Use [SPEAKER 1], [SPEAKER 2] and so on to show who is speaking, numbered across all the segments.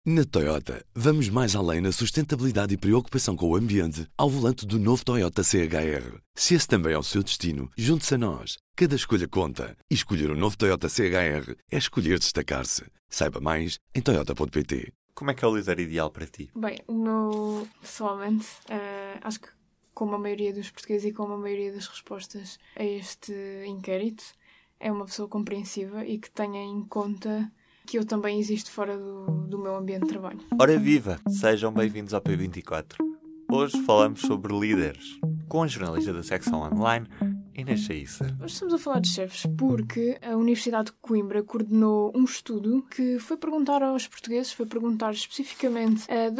[SPEAKER 1] Na Toyota, vamos mais além na sustentabilidade e preocupação com o ambiente ao volante do novo Toyota CHR. Se esse também é o seu destino, junte-se a nós. Cada escolha conta. E escolher o novo Toyota CHR é escolher destacar-se. Saiba mais em toyota.pt.
[SPEAKER 2] Como é que é o líder ideal para ti?
[SPEAKER 3] Bem, o meu, pessoalmente, acho que como a maioria dos portugueses e como a maioria das respostas a este inquérito, é uma pessoa compreensiva e que tenha em conta que eu também existo fora do meu ambiente de trabalho.
[SPEAKER 2] Ora viva! Sejam bem-vindos ao P24. Hoje falamos sobre líderes, com a jornalista da secção online, Inês Chaíça.
[SPEAKER 3] Hoje estamos a falar de chefes porque a Universidade de Coimbra coordenou um estudo que foi perguntar aos portugueses, foi perguntar especificamente a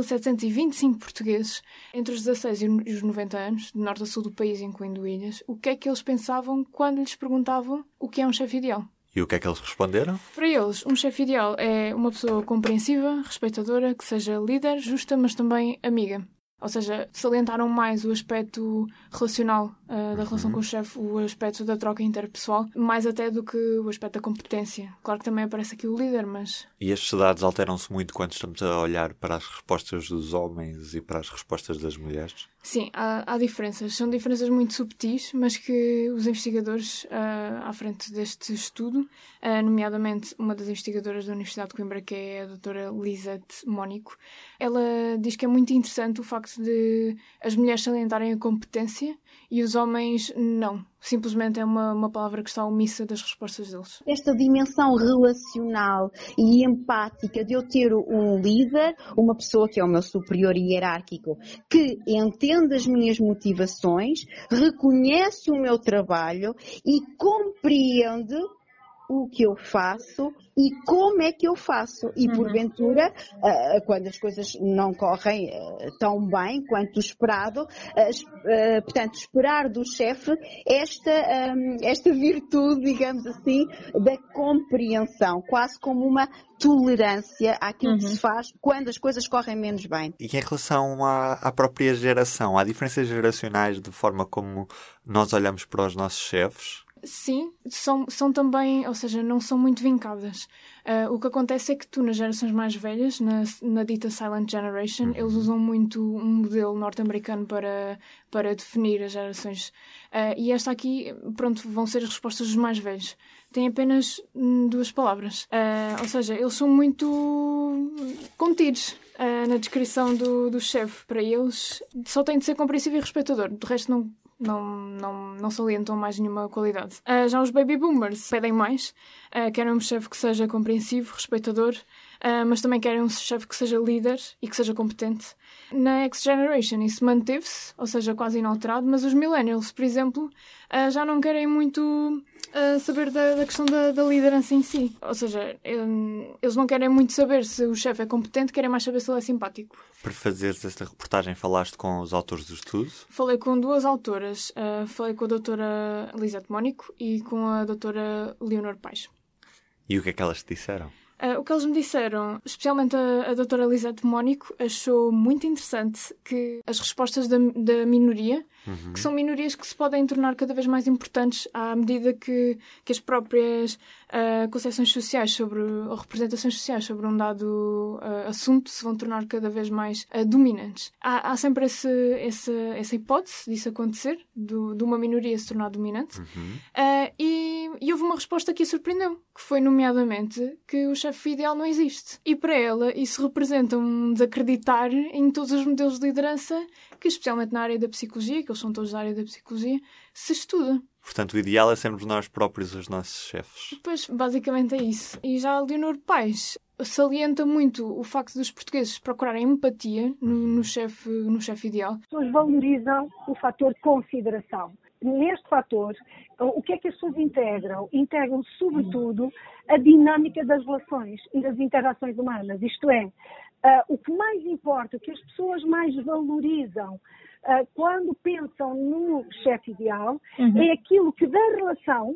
[SPEAKER 3] 2.725 portugueses entre os 16 e os 90 anos, de norte a sul do país, incluindo ilhas, o que é que eles pensavam quando lhes perguntavam o que é um chefe ideal.
[SPEAKER 2] E o que é que eles responderam?
[SPEAKER 3] Para eles, um chefe ideal é uma pessoa compreensiva, respeitadora, que seja líder, justa, mas também amiga. Ou seja, salientaram mais o aspecto relacional da relação com o chefe, o aspecto da troca interpessoal, mais até do que o aspecto da competência. Claro que também aparece aqui o líder, mas...
[SPEAKER 2] E estes dados alteram-se muito quando estamos a olhar para as respostas dos homens e para as respostas das mulheres?
[SPEAKER 3] Sim, há diferenças. São diferenças muito subtis, mas que os investigadores à frente deste estudo, nomeadamente uma das investigadoras da Universidade de Coimbra, que é a doutora Lisette Mónico, ela diz que é muito interessante o facto de as mulheres salientarem a competência e os homens não. Simplesmente é uma palavra que está omissa das respostas deles.
[SPEAKER 4] Esta dimensão relacional e empática de eu ter um líder, uma pessoa que é o meu superior hierárquico, que entende as minhas motivações, reconhece o meu trabalho e compreende o que eu faço e como é que eu faço. E, porventura, quando as coisas não correm tão bem quanto o esperado, portanto, esperar do chefe esta virtude, digamos assim, da compreensão, quase como uma tolerância àquilo que se faz quando as coisas correm menos bem.
[SPEAKER 2] E em relação à própria geração, há diferenças geracionais de forma como nós olhamos para os nossos chefes?
[SPEAKER 3] Sim, são também, ou seja, não são muito vincadas. O que acontece é que tu, nas gerações mais velhas, na dita Silent Generation, eles usam muito um modelo norte-americano para definir as gerações. E esta aqui, pronto, vão ser as respostas dos mais velhos. Tem apenas 2 palavras. Ou seja, eles são muito contidos na descrição do chefe. Para eles, só tem de ser compreensível e respeitador. Do resto, não salientam mais nenhuma qualidade. Já os baby boomers pedem mais, querem um chefe que seja compreensivo, respeitador, mas também querem um chefe que seja líder e que seja competente. Na X-Generation isso manteve-se, ou seja, quase inalterado, mas os millennials, por exemplo, já não querem muito saber da questão da liderança em si. Ou seja, eles não querem muito saber se o chefe é competente, querem mais saber se ele é simpático.
[SPEAKER 2] Para fazeres esta reportagem, falaste com os autores do estudo?
[SPEAKER 3] Falei com 2 autoras. Falei com a doutora Lisette Mónico e com a doutora Leonor Paes.
[SPEAKER 2] E o que é que elas te disseram?
[SPEAKER 3] O que eles me disseram, especialmente a doutora Lisette Mónico, achou muito interessante que as respostas da minoria, que são minorias que se podem tornar cada vez mais importantes à medida que as próprias concepções sociais ou representações sociais sobre um dado assunto se vão tornar cada vez mais dominantes. Há sempre essa hipótese disso acontecer, de uma minoria se tornar dominante, e houve uma resposta que a surpreendeu, que foi nomeadamente que o chefe ideal não existe. E para ela isso representa um desacreditar em todos os modelos de liderança que, especialmente na área da psicologia, que eles são todos da área da psicologia, se estuda.
[SPEAKER 2] Portanto, o ideal é sermos nós próprios os nossos chefes.
[SPEAKER 3] Pois, basicamente é isso. E já a Leonor Paes salienta muito o facto dos portugueses procurarem empatia no chefe ideal.
[SPEAKER 5] As pessoas valorizam o fator consideração. Neste fator, o que é que as pessoas integram? Integram, sobretudo, a dinâmica das relações e das interações humanas. Isto é, o que mais importa, o que as pessoas mais valorizam quando pensam no chefe ideal, é aquilo que da relação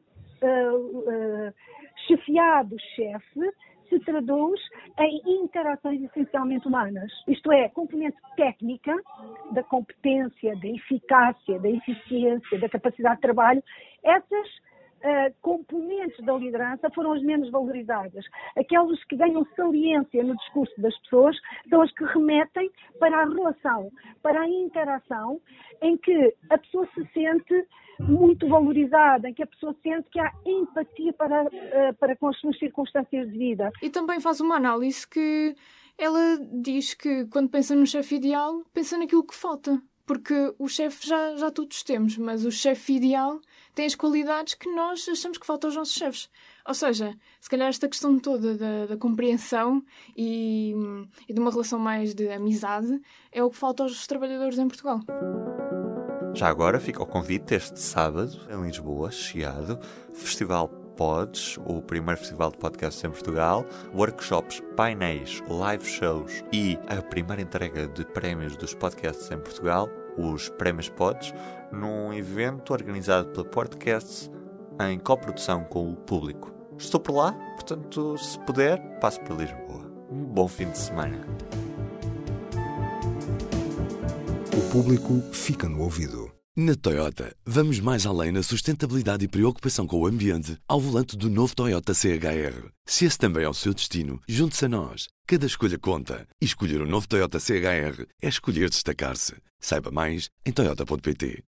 [SPEAKER 5] chefiado-chefe se traduz em interações essencialmente humanas. Isto é, a componente técnica da competência, da eficácia, da eficiência, da capacidade de trabalho, essas componentes da liderança foram as menos valorizadas. Aquelas que ganham saliência no discurso das pessoas são as que remetem para a relação, para a interação, em que a pessoa se sente muito valorizada, em que a pessoa sente que há empatia para com as suas circunstâncias de vida.
[SPEAKER 3] E também faz uma análise que ela diz que quando pensa no chefe ideal, pensa naquilo que falta. Porque o chefe já todos temos, mas o chefe ideal tem as qualidades que nós achamos que faltam aos nossos chefes. Ou seja, se calhar esta questão toda da compreensão e de uma relação mais de amizade é o que falta aos trabalhadores em Portugal.
[SPEAKER 2] Já agora fica o convite este sábado, em Lisboa, Chiado, Festival Pods, o primeiro festival de podcasts em Portugal, workshops, painéis, live shows e a primeira entrega de prémios dos podcasts em Portugal, os Prémios Pods, num evento organizado pela Podcasts em coprodução com o público. Estou por lá, portanto, se puder, passe por Lisboa. Um bom fim de semana.
[SPEAKER 6] O público fica no ouvido.
[SPEAKER 1] Na Toyota, vamos mais além na sustentabilidade e preocupação com o ambiente ao volante do novo Toyota CHR. Se esse também é o seu destino, junte-se a nós. Cada escolha conta. E escolher o novo Toyota CHR é escolher destacar-se. Saiba mais em toyota.pt.